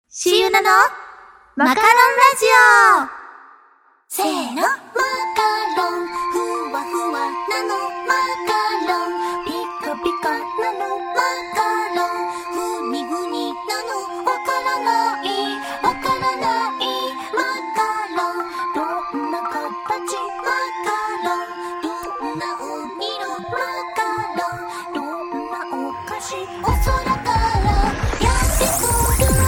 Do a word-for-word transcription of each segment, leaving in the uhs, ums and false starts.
シユナのマカロンラジオ。せーの、マカロンふわふわなのマカロン、ピカピカなのマカロン、ふにふになのわからないわからないマカロン、どんな形マカロン、どんなお色マカロン、どんなお菓子お空からやってくる。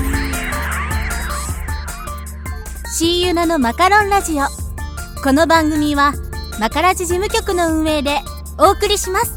シーユナのマカロンラジオ。この番組はマカラジ事務局の運営でお送りします。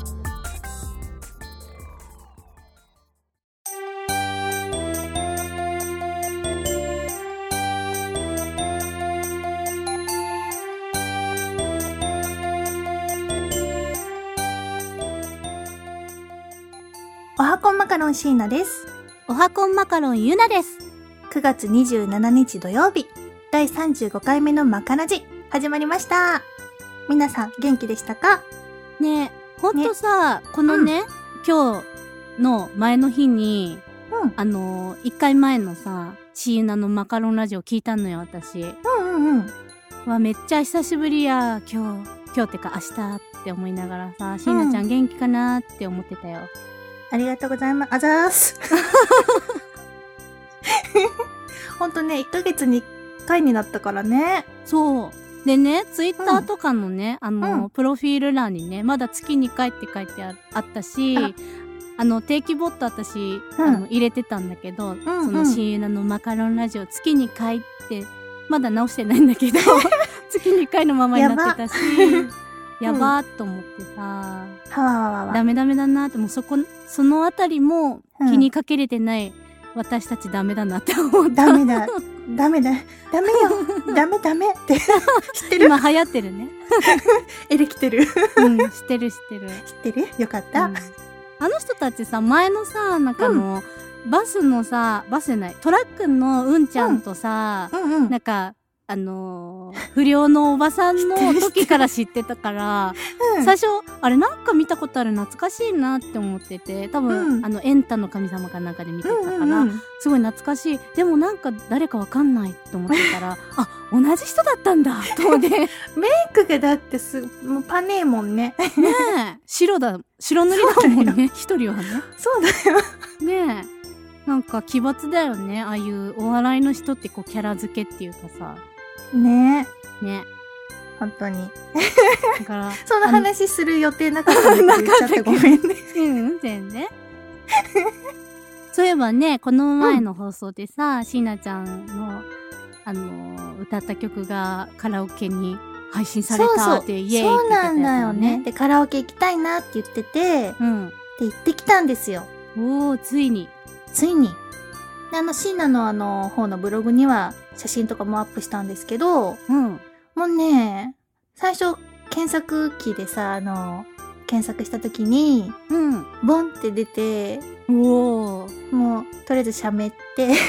おはこんマカロンシーナです。 おはこんマカロンユナです。 くがつにじゅうしちにち土曜日、だいさんじゅうごかいめのマカラジ始まりました。皆さん元気でしたか？ ねえ、ほんとさ、ね、このね、うん、今日の前の日に、うん、あのいっかいまえのさシーユナのマカロンラジオ聞いたのよ私。 うんうんうん。 わ、めっちゃ久しぶりや今日今日ってか明日って思いながらさ、シーナちゃん元気かなって思ってたよ。 ありがとうございます。あざーす。ほんとね、いっかげつにいっかいになったからね。 そう。でね、ツイッターとかのね、うん、あの、うん、プロフィール欄にね、まだ月にかいって書いて あ, あったし、あ, あの、定期ボット私、うん、あの入れてたんだけど、うんうん、そのシーユナのマカロンラジオ月にかいって、まだ直してないんだけど、月にかいのままになってたし、やばーっと思ってさ、 はわわわわ。 ダメダメだなって、もうそこ、そのあたりも気にかけれてない、うん、私たちダメだなって思った。 ダメだ。ダメだ。ダメよ。ダメダメって。知ってる？ 今流行ってるね。 エレキテル。 うん、知ってる知ってる。 知ってる？よかった、うん。 あの人たちさ、前のさ、なんかの、うん、バスのさ、バスじゃない、トラックのうんちゃんとさ、うんうんうん、なんか、あのー、不良のおばさんの時から知ってたから、うん、最初、あれなんか見たことある懐かしいなって思ってて、多分、うん、あの、エンタの神様かなんかで見てたから、うんうんうん、すごい懐かしい。でもなんか誰かわかんないと思ってたら、あ、同じ人だったんだと思って。メイクがだってす、もうパネーもんね。 ねえ、白だ、白塗りだもんね、一人はね。 そうだよ。 ねえ、なんか奇抜だよね、ああいうお笑いの人ってこうキャラ付けっていうかさ。 ねえ。ね。 本当に。 だから、 その話する予定なかったんだけど、言っちゃってごめんね。 うん、全然。そういえばね、この前の放送でさ、うん、シーナちゃんの、あのー、歌った曲がカラオケに配信されたって、イエーイって言ってたやつ、ね。 そうなんだよね。で、カラオケ行きたいなって言ってて、うん。で、行ってきたんですよ。 おー、ついに。 ついに。で、あの、シーナのあの、方のブログには写真とかもアップしたんですけど、うん。もうね、最初、検索機でさ、あの、検索した時に、うん。ボンって出て、 おー。もう、とりあえずしゃべって、いっ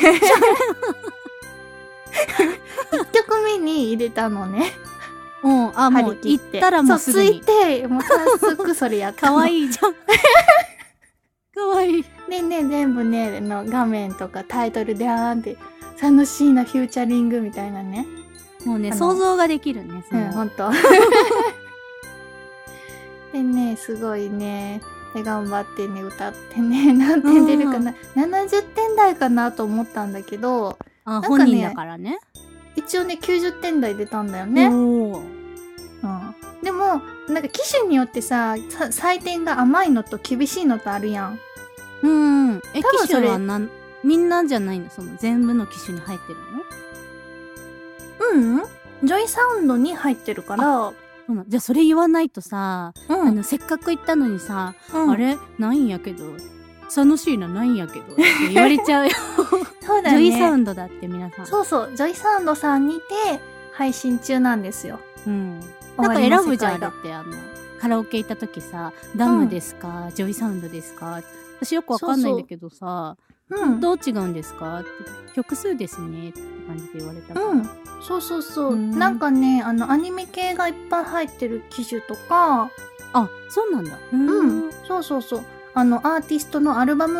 きょくめに入れたのね。 うん、あ、もう、行ったらもうすぐに。 そう、ついて、もう早速それやったの。 かわいいじゃん。かわいい。 でね、全部ね、の画面とかタイトルであーんって、楽しいなフューチャリングみたいなね。 もうね、想像ができるね、 うん、ほんと。でね、すごいね、で頑張ってね、歌ってね、何点出るかな、うん、ななじゅってん台かなと思ったんだけど、 あ、なんかね、本人だからね。 一応ね、きゅうじゅってん台出たんだよね。おー。うん。でも、なんか機種によってさ、採点が甘いのと厳しいのとあるやん。 うん。え、機種はなん、みんなじゃないの？その全部の機種に入ってるの？うん。ジョイサウンドに入ってるから。 そうなん。じゃあそれ言わないとさ、うん、あの、せっかく行ったのにさ、うん、あれないんやけど、楽しいなないんやけどって言われちゃうよ。 そうだね。 ジョイサウンドだって皆さん。 そうそう。ジョイサウンドさんにて配信中なんですよ。 うん。なんか選ぶじゃん。だってあの、カラオケ行った時さ、ダムですか、うん、ジョイサウンドですか、私よくわかんないんだけどさ、そうそう、うん、どう違うんですかって、曲数ですねって感じで言われたから。 うん。そうそうそう。うん、なんかね、あの、アニメ系がいっぱい入ってる機種とか。 あ、そうなんだ。 うん。うん、そうそうそう。あの、アーティストのアルバム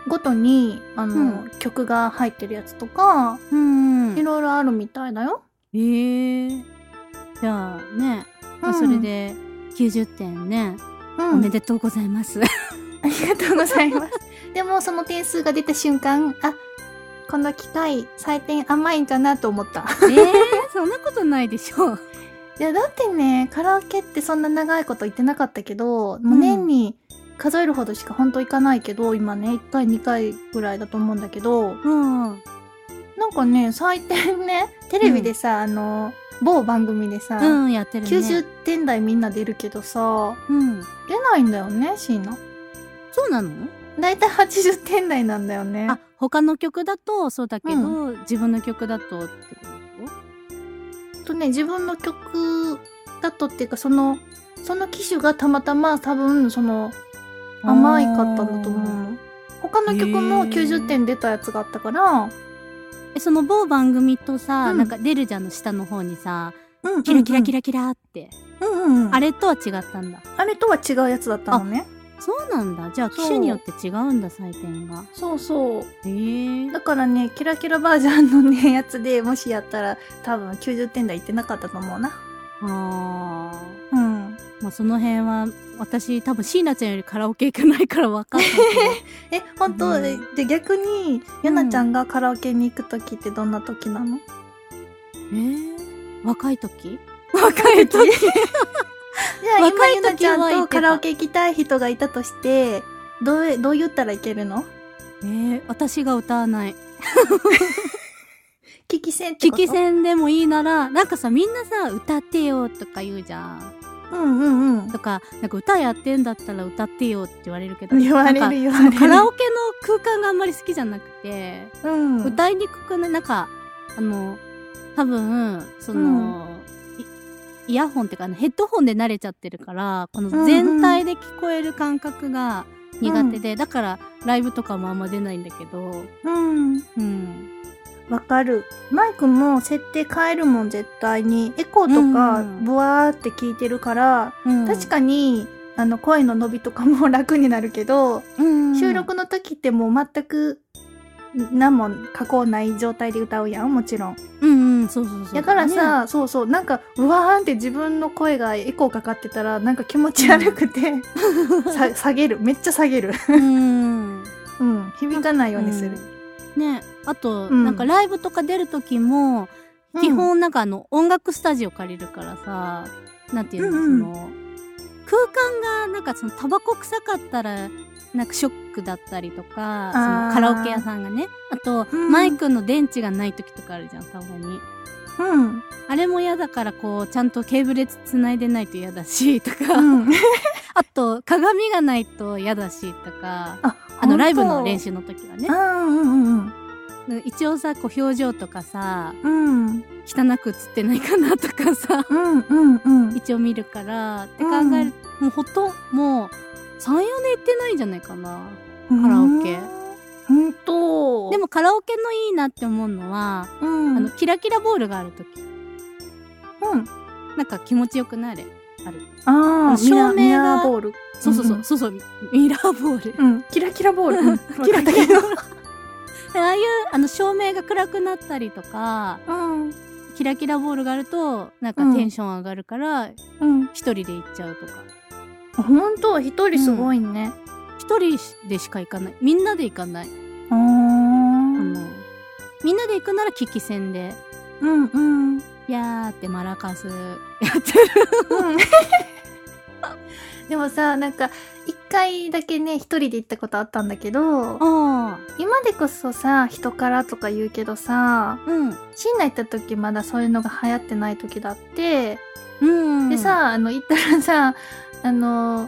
ごとに、あの、 うん曲が入ってるやつとか、 うんいろいろあるみたいだよ。 えー、じゃあね、まあうんそれできゅうじゅってんね、 うん。 おめでとうございます。 ありがとうございます。でも、その点数が出た瞬間、あ、この機械、採点甘いんかなと思った。 えー、そんなことないでしょう。 いや、だってね、カラオケってそんな長いこと言ってなかったけど、もう年に数えるほどしかほんと行かないけど、今ね、いっかいにかいぐらいだと思うんだけど、 うんなんかね、採点ね、テレビでさ、あの、某番組でさ、 うんやってるね。 きゅうじゅってん台みんな出るけどさ、 うん出ないんだよね、椎名。 そうなの？ だいたいはちじゅってん台なんだよね。 あ、他の曲だとそうだけど、 う自分の曲だとってこととね、自分の曲だとっていうか、その、その機種がたまたま多分、その、甘いかったんだと思うの。他の曲もきゅうじゅってん出たやつがあったから、 え、その某番組とさ、 うんなんか出るじゃんの下の方にさ、 うんうん、 キラキラキラキラって。 うんうんうん。 あれとは違ったんだ。 あれとは違うやつだったのね。 そうなんだ。じゃあそう機種によって違うんだ、採点が。 そうそう。 へえ。 だからね、キラキラバージョンのね、やつでもしやったら、多分きゅうじゅってん台いってなかったと思うな。 あー。 うん。 まあその辺は、私多分椎名ちゃんよりカラオケ行かないから分かんないけど。 え、本当、 うんえで、逆に、ゆなちゃんがカラオケに行くときってどんなときなの？ えー、若い時若い時じゃあ今若い時はゆなちゃん行ってたとカラオケ行きたい人がいたとして、どう、どう言ったらいけるの？ えー、私が歌わない。 聞き戦って聞こと？ き戦でもいいなら、なんかさ、みんなさ、歌ってよとか言うじゃん。 うんうんうん。 とか、なんか歌やってんだったら歌ってよって言われるけど、 言われるなんか言われるそのカラオケの空間があんまり好きじゃなくて、 うん。 歌いにくくない、なんか、あの、多分、その、いイヤホンっていうか、あのヘッドホンで慣れちゃってるから、この全体で聞こえる感覚が苦手で、だからライブとかもあんま出ないんだけど、 うん。 うん。 わかる。マイクも設定変えるもん、絶対に。エコーとか、 うんブワーって聞いてるから、 うん、 確かに、あの、声の伸びとかも楽になるけど、 うん、 収録の時ってもう全く、何も加工ない状態で歌うやん、もちろん。 うんうん、そうそうそう。 だからさ、そうそう、なんか、うわーんって自分の声がエコーかかってたら、なんか気持ち悪くて、さ下げる。めっちゃ下げる。 うん。 うん。響かないようにする。 ね、あと、 うんなんかライブとか出る時も、 うん基本なんかあの、音楽スタジオ借りるからさ、なんていうの、 うんうんその、空間がなんかそのタバコ臭かったら、なんかショックだったりとか、そあーのカラオケ屋さんがね。あと、 うんマイクの電池がない時とかあるじゃん、たまに。 うん。 あれも嫌だから、こう、ちゃんとケーブル繋いでないと嫌だし、とか。 うん。 あと、鏡がないと嫌だし、とか。 あ、 あの、ライブの練習。 習の時はね。 うんうんうん一応さ、こう、表情とかさ、 うん。うん。 汚く映ってないかなとかさ、 うんうんうん。 一応見るから、って考える、もうほとんど、もう、さん、よねん行ってないんじゃないかな。カラオケ。 ほんと。 でもカラオケのいいなって思うのは、 うん。 あの、キラキラボールがあるとき。 うん。 なんか気持ちよくなれ。ある。 ああ、 照明がミラーボール。 そうそうそう、 んそうそう、ミラーボール。 うん。キラキラボール。うんキラだけど。 ああいう、あの、照明が暗くなったりとか、 うん。 キラキラボールがあると、なんかテンション上がるから、 うん。 一人で行っちゃうとか。 ほんと、一人すごいね。 一人でしか行かない。みんなで行かない。 あーあの、みんなで行くなら危機戦で、 うんうん。 やーってマラカスやってる。 うんでもさ、なんか、一回だけね、一人で行ったことあったんだけど、 あ今でこそさ、人からとか言うけどさ、 あ、うん。 シンナ行った時まだそういうのが流行ってない時だって、 うん。 で、さ、あの、行ったらさ、あの、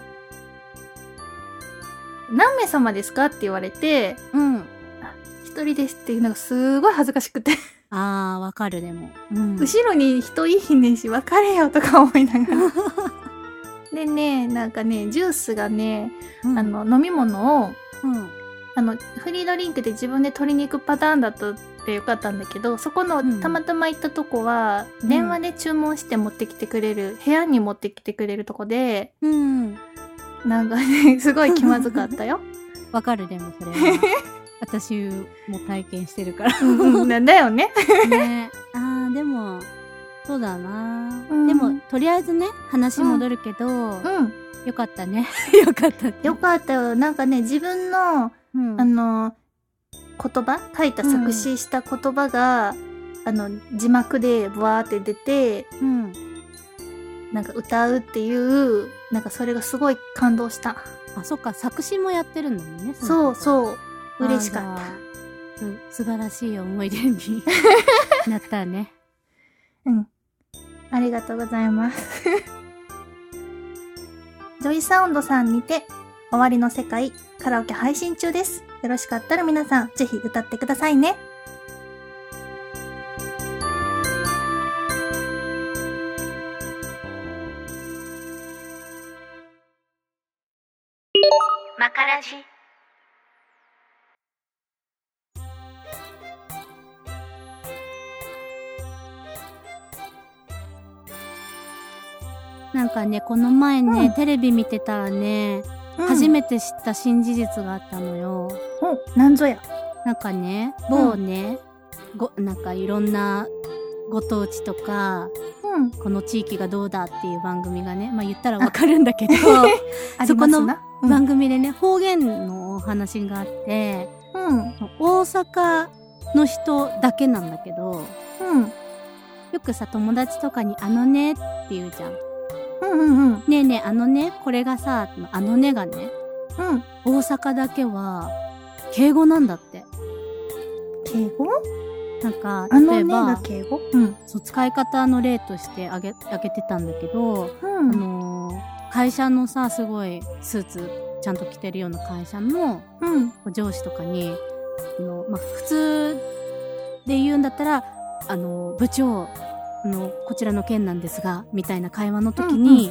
何名様ですかって言われて、 うん。 一人ですっていうのがすごい恥ずかしくて、 ああ、わかるでも。うん。 後ろに人いいねんし、別れよとか思いながら。でね、なんかね、ジュースがね、 うんあ、の、飲み物を、 うん。 あの、フリードリンクで自分で取りに行くパターンだったってよかったんだけど、そこの、 うんたまたま行ったとこは、 ん電話で注文して持ってきてくれる、部屋に持ってきてくれるとこで、 うん。 なんかね、すごい気まずかったよ。 わかるでも、それは。 私も体験してるから。 うんなんだよね。 ね。あー、でも、そうだな、 うん、 でも、とりあえずね、話戻るけど、うん。よかったね。よかったね。 よかったよ。なんかね、自分の、うん、あの、言葉書いた作詞した言葉が、うん、あの、字幕でブワーって出て、うん。なんか歌うっていう、なんかそれがすごい感動した。 あ、そっか、作詞もやってるんだもんね。 そうそう。嬉しかった。 す、素晴らしい思い出になったね。 うん。ありがとうございます。ジョイサウンドさんにて、終わりの世界カラオケ配信中です。よろしかったら皆さん、ぜひ歌ってくださいね。マカラジ。 なんかね、この前ね、うん、テレビ見てたらね、うん、初めて知った新事実があったのよ。 お、なんぞや。 なんかね、某ね、うん、ご、なんかいろんなご当地とか、うん、この地域がどうだっていう番組がね、まあ言ったらわかるんだけど、そこの番組でね、方言のお話があって、うん、大阪の人だけなんだけど、うん、よくさ、友達とかにあのねって言うじゃん。うんうんうん、ねえねえ、あのね、これがさ、あのねがね、うん、大阪だけは敬語なんだって。 敬語？ なんか、 例えば、あのねが敬語？ うん。そう、使い方の例としてあげ、あげてたんだけど、うん、あのー、会社のさ、すごいスーツちゃんと着てるような会社の、うん、上司とかに、あの、まあ、普通で言うんだったら、あの、部長、あの、こちらの件なんですが、みたいな会話の時に、うんうん、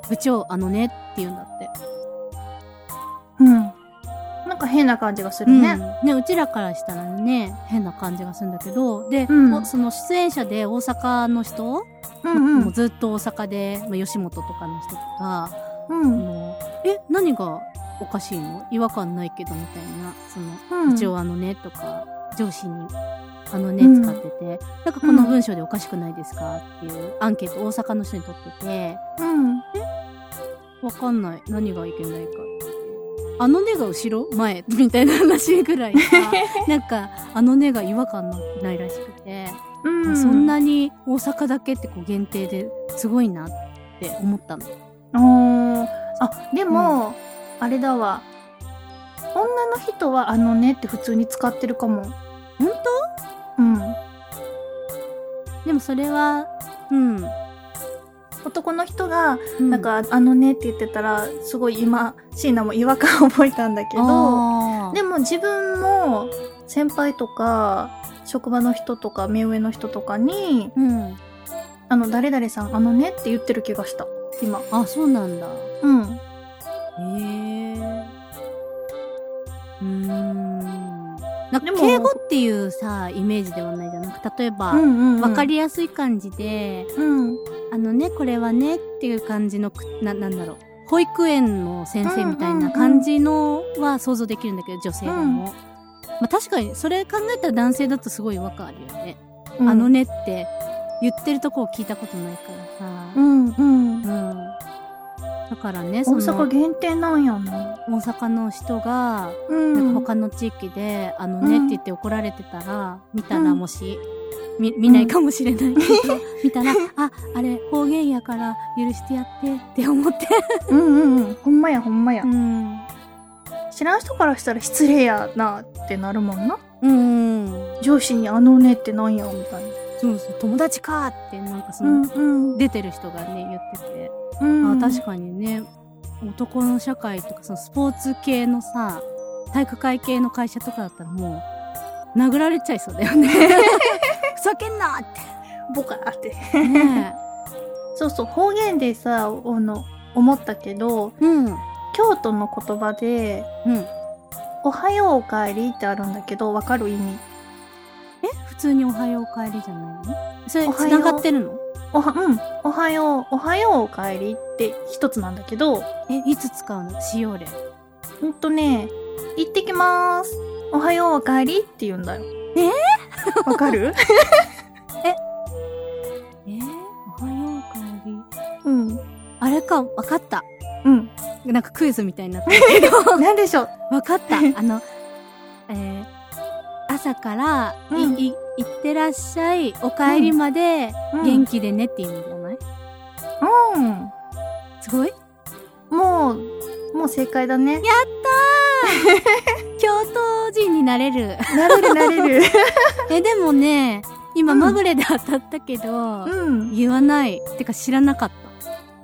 部長、あのねって言うんだって。 うん。なんか変な感じがするね。 うん、ね、うちらからしたらね、変な感じがするんだけど、で、うん、その出演者で大阪の人、うんうん、もうずっと大阪で、まあ、吉本とかの人とか、うん、もうえ、何がおかしいの？違和感ないけど、みたいな、その、部長あのねとか、上司に、あのね、使ってて、うん、なんかこの文章でおかしくないですかっていうアンケート大阪の人に取ってて、うん、え？わかんない。何がいけないかって。あのねが後ろ前みたいな話ぐらいさ、なんかあのねが違和感ないらしくて、うん、そんなに大阪だけってこう限定ですごいなって思ったの。 ああ、でも、うん、あれだわ。女の人はあのねって普通に使ってるかも。 本当？うん。でもそれは、うん。 男の人が、なんか、うん、あのねって言ってたら、すごい今、椎名も違和感を覚えたんだけど、でも自分も先輩とか、職場の人とか、目上の人とかに、うん、あの、誰々さん、あのねって言ってる気がした、今。 あ、そうなんだ。うん。へえ。うーん。なんか敬語っていうさ、イメージではないじゃん。なんか例えば、うんうんうん、わかりやすい感じで、うん、あのね、これはねっていう感じの、な、なんだろう。保育園の先生みたいな感じのは想像できるんだけど、女性でも。うん、まあ確かに、それ考えたら男性だとすごい違和感あるよね。うん、あのねって言ってるとこを聞いたことないからさ。うんうん。うん。だからね、 その大阪限定なんやな。 大阪の人が、うん、なんか他の地域で、あのねって言って怒られてたら、見たらもし、うん、見、見ないかもしれないけど、うん、見たら、あ、あれ方言やから許してやってって思って。 うんうんうん。ほんまやほんまや。うん。知らん人からしたら失礼やなってなるもんな。うん。上司にあのねってなんやみたいな。 そうそう、友達かってなんかその、うんうん、出てる人がね、言ってて。うん、あ、確かにね、男の社会とかそのスポーツ系のさ、体育会系の会社とかだったらもう殴られちゃいそうだよね。ふざけんなってボカーってね。そうそう、方言でさ、あの思ったけど、うん、京都の言葉で、うん、おはようおかえりってあるんだけど、わかる意味？ え、普通におはようおかえりじゃないの？それ繋がってるの？ おは、うん。おはよう、おはようおかえりって一つなんだけど。 え、いつ使うの？使用例。 ほんとね、行ってきまーす。 おはようおかえりって言うんだよ。 えー、わかるええー、おはようおかえり。 うん。 あれか、わかった。 うん。 なんかクイズみたいになってるけど。 なんでしょう。 わかった。あの、えー、朝から、うん、い、い、いってらっしゃい、お帰りまで、元気でねって意味じゃない？ うん。 すごい？ もう、もう正解だね。 やったー京都人になれる。 なれるなれる。 え、でもね、今、うん、まぐれで当たったけど、うん、言わない。てか知らなかった。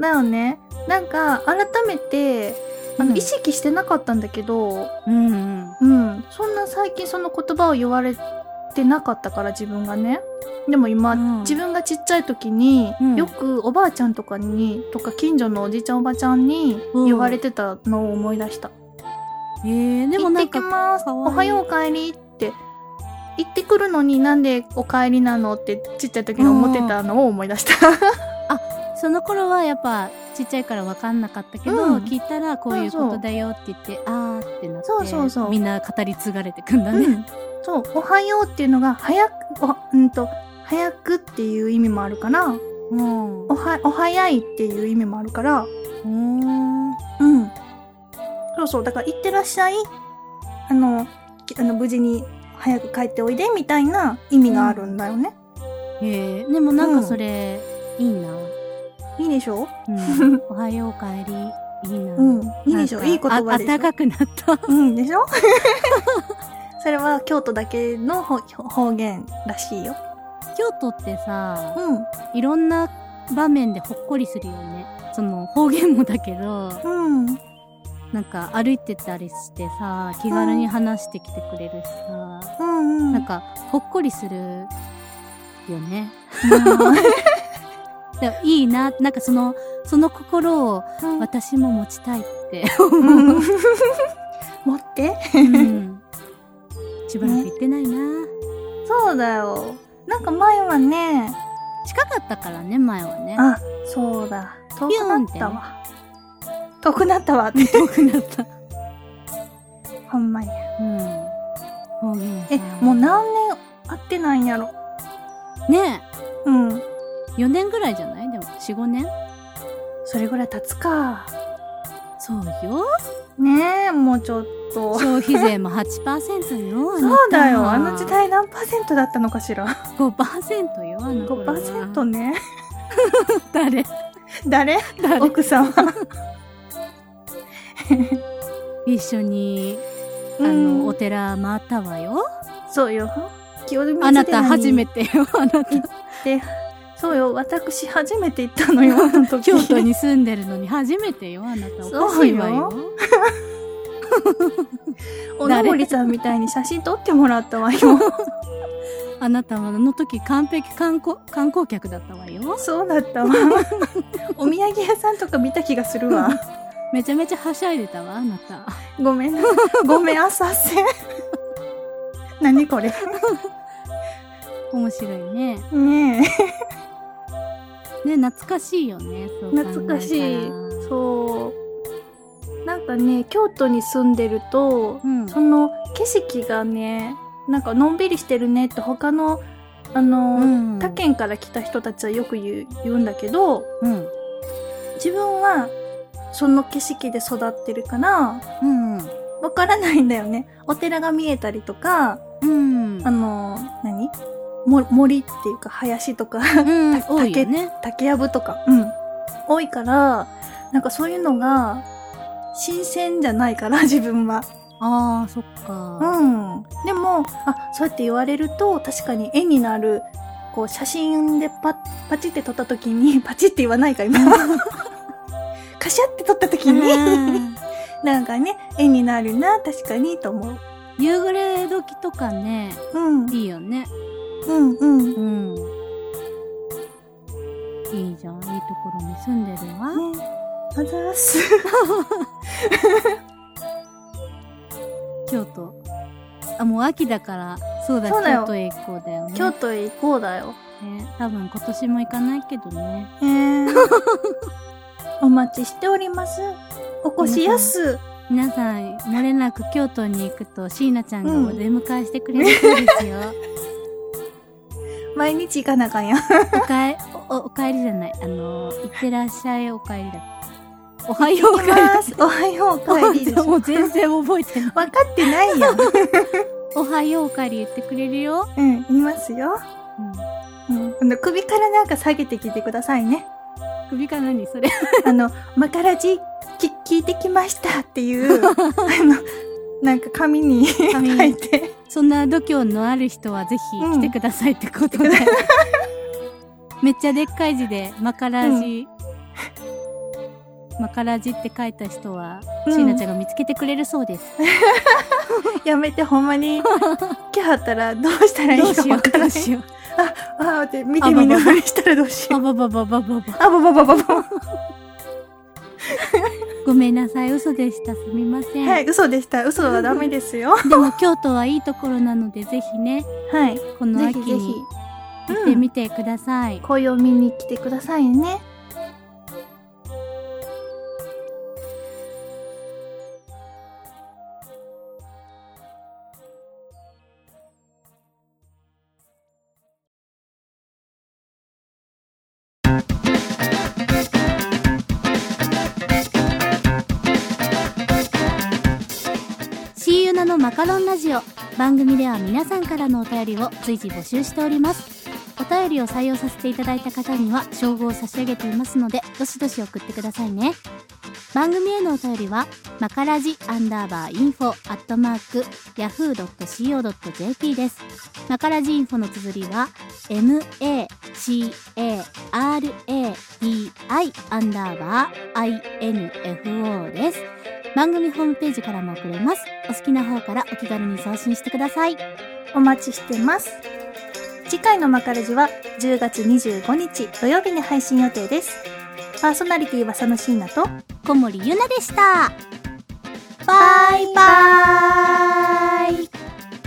だよね。なんか、改めて、あの、うん、意識してなかったんだけど、 うんうん。 うん。そんな最近その言葉を言われてなかったから自分がね。でも今、うん、自分がちっちゃい時に、うん、よくおばあちゃんとかに、とか近所のおじちゃんおばちゃんに言われてたのを思い出した。 へ、うん、えー、でもなんか。 行ってきます。おはようおかえりって言ってくるのになんでおかえりなのってちっちゃい時に思ってたのを思い出した。 あ、その頃はやっぱちっちゃいから分かんなかったけど、うん、聞いたらこういうことだよって言って、あーってなって、そうそうそう、みんな語り継がれてくんだね。うん、そう、おはようっていうのが早く、お、うんと、早くっていう意味もあるから、うん、おは、お早いっていう意味もあるから、うーん、うん。そうそう、だから行ってらっしゃい、あの、あの無事に早く帰っておいでみたいな意味があるんだよね。 うん、へえ、でもなんかそれ、うん、いいな。 いいでしょ、 うん、おはようおかえり、いいな。 うん、いいでしょ、いい言葉でしょ。 あ、暖かくなった。 うんでしょそれは京都だけの方言らしいよ。 京都ってさ、うん、いろんな場面でほっこりするよね。その方言もだけど、うん、なんか歩いてたりしてさ、気軽に話してきてくれるしさ、うん、なんかほっこりするよね。でもいいな、なんかそのその心を私も持ちたいって思う、うん、 持って、 うん、しばらく行ってないな、ね、 そうだよ。なんか前はね、 近かったからね、前はね。 あ、そうだ。遠くなったわ。遠くなったわって。 遠くなった。 ほんまや。 うん。方言。 え、もう何年会ってないんやろ。 ねえ。うん。 よねんぐらいじゃない？でも、よん、ごねん？ それぐらい経つか。 そうよ。 ねえ、もうちょっと。 消費税も はちパーセント よ。 そうだよ。あの時代何パーセントだったのかしら。 ごパーセント よ、あの頃は。 ごパーセント ね。 誰誰誰奥様。 一緒に、あの、お寺回ったわよ。 そうよ。 あなた初めてよ、あなた。 で、そうよ、私初めて行ったのよ、あの時。 京都に住んでるのに初めてよ、あなた。おかしいわよ。 おのぼりさんみたいに写真撮ってもらったわよ。 あなたはあの時完璧観光、観光客だったわよ。 そうだったわ。お土産屋さんとか見た気がするわ。 めちゃめちゃはしゃいでたわ、あなた。 ごめん。ごめん、浅瀬。何これ。 面白いね。 ねえ。ね、懐かしいよね。そう考えたら。 懐かしい。そう。なんかね、京都に住んでると、うん、その景色がね、なんかのんびりしてるねって他の、あの、うん、他県から来た人たちはよく言う、言うんだけど、うん、自分はその景色で育ってるから、うんうん、わからないんだよね。お寺が見えたりとか、うん、あの、何も森っていうか林とか、うん、多いよね、竹やぶとか、うん、多いから、なんかそういうのが新鮮じゃないから自分は。 ああ、そっか。 うん。でも、あ、そうやって言われると確かに絵になる、こう写真でパッ、パチって撮った時に、パチって言わないか今。カシャって撮った時に、なんかね、絵になるな、確かにと思う。 夕暮れ時とかね、うん、いいよね。 うんうん。うん。 いいじゃん、いいところに住んでるわ。ね、 あざーす。 京都。あ、もう秋だから、そうだ、そうだよ、京都へ行こうだよね。 京都へ行こうだよ。 ね、多分今年も行かないけどね。 えー、お待ちしております。お越しやす。 皆さん漏れなく京都に行くと椎名ちゃんがお出迎えしてくれるそうですよ、 うん、毎日行かなあかんやん。 おかえおお帰りじゃない、あのいってらっしゃいお帰りだ。おはようお帰り。 おはようお帰りでしょ。 もう全然覚えてない。 分かってないやん。 おはようお帰り言ってくれるよ。 うん、言いますよ。うん。うん、首からなんか下げてきてくださいね。 首から何それ。 あの、マカラジき聞いてきましたっていう、あの、なんか紙に書いて。 そんな度胸のある人はぜひ来てくださいってことで。うん、めっちゃでっかい字でマカラジ、うん、マカラジって書いた人は、うん、椎名ちゃんが見つけてくれるそうです。 やめて、ほんまに。来はったらどうしたらいいのか分からない。あ、あって見て見ぬふりしたらどうしよう。 あばばばばばば。 あばばばばば。 ごめんなさい、嘘でした。すみません。 はい、嘘でした。嘘はダメですよ。 でも京都はいいところなので、ぜひね。 はい。 この秋に行ってみてください。 うん、紅葉見に来てくださいね。 のマカロンラジオ。番組では皆さんからのお便りを随時募集しております。お便りを採用させていただいた方には称号を差し上げていますので、どしどし送ってくださいね。番組へのお便りはマカラジアンダーバーインフォアットマークヤフー ドットシーオー ドット ジェーピー です。マカラジインフォの綴りは マカラディアンダーバー インフォ です。番組ホームページからも送れます。お好きな方からお気軽に送信してください。 お待ちしてます。次回のマカラジはじゅうがつにじゅうごにち土曜日に配信予定です。パーソナリティは佐野椎名と小森ゆなでした。 バイバーイ。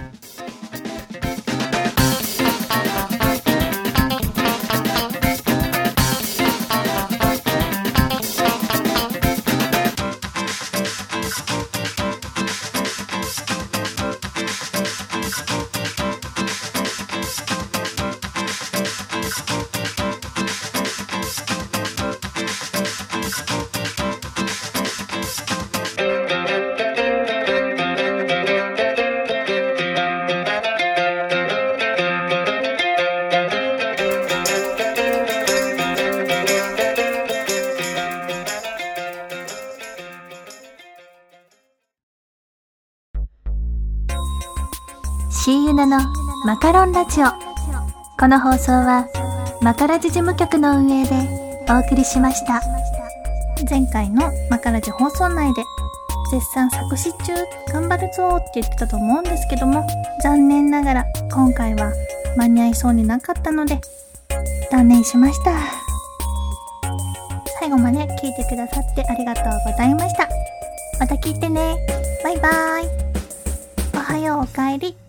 シーユナのマカロンラジオ。この放送はマカラジ事務局の運営でお送りしました。前回のマカラジ放送内で絶賛作詞中頑張るぞって言ってたと思うんですけども、残念ながら今回は間に合いそうになかったので断念しました。最後まで聞いてくださってありがとうございました。また聞いてね。バイバーイ。おはようおかえり。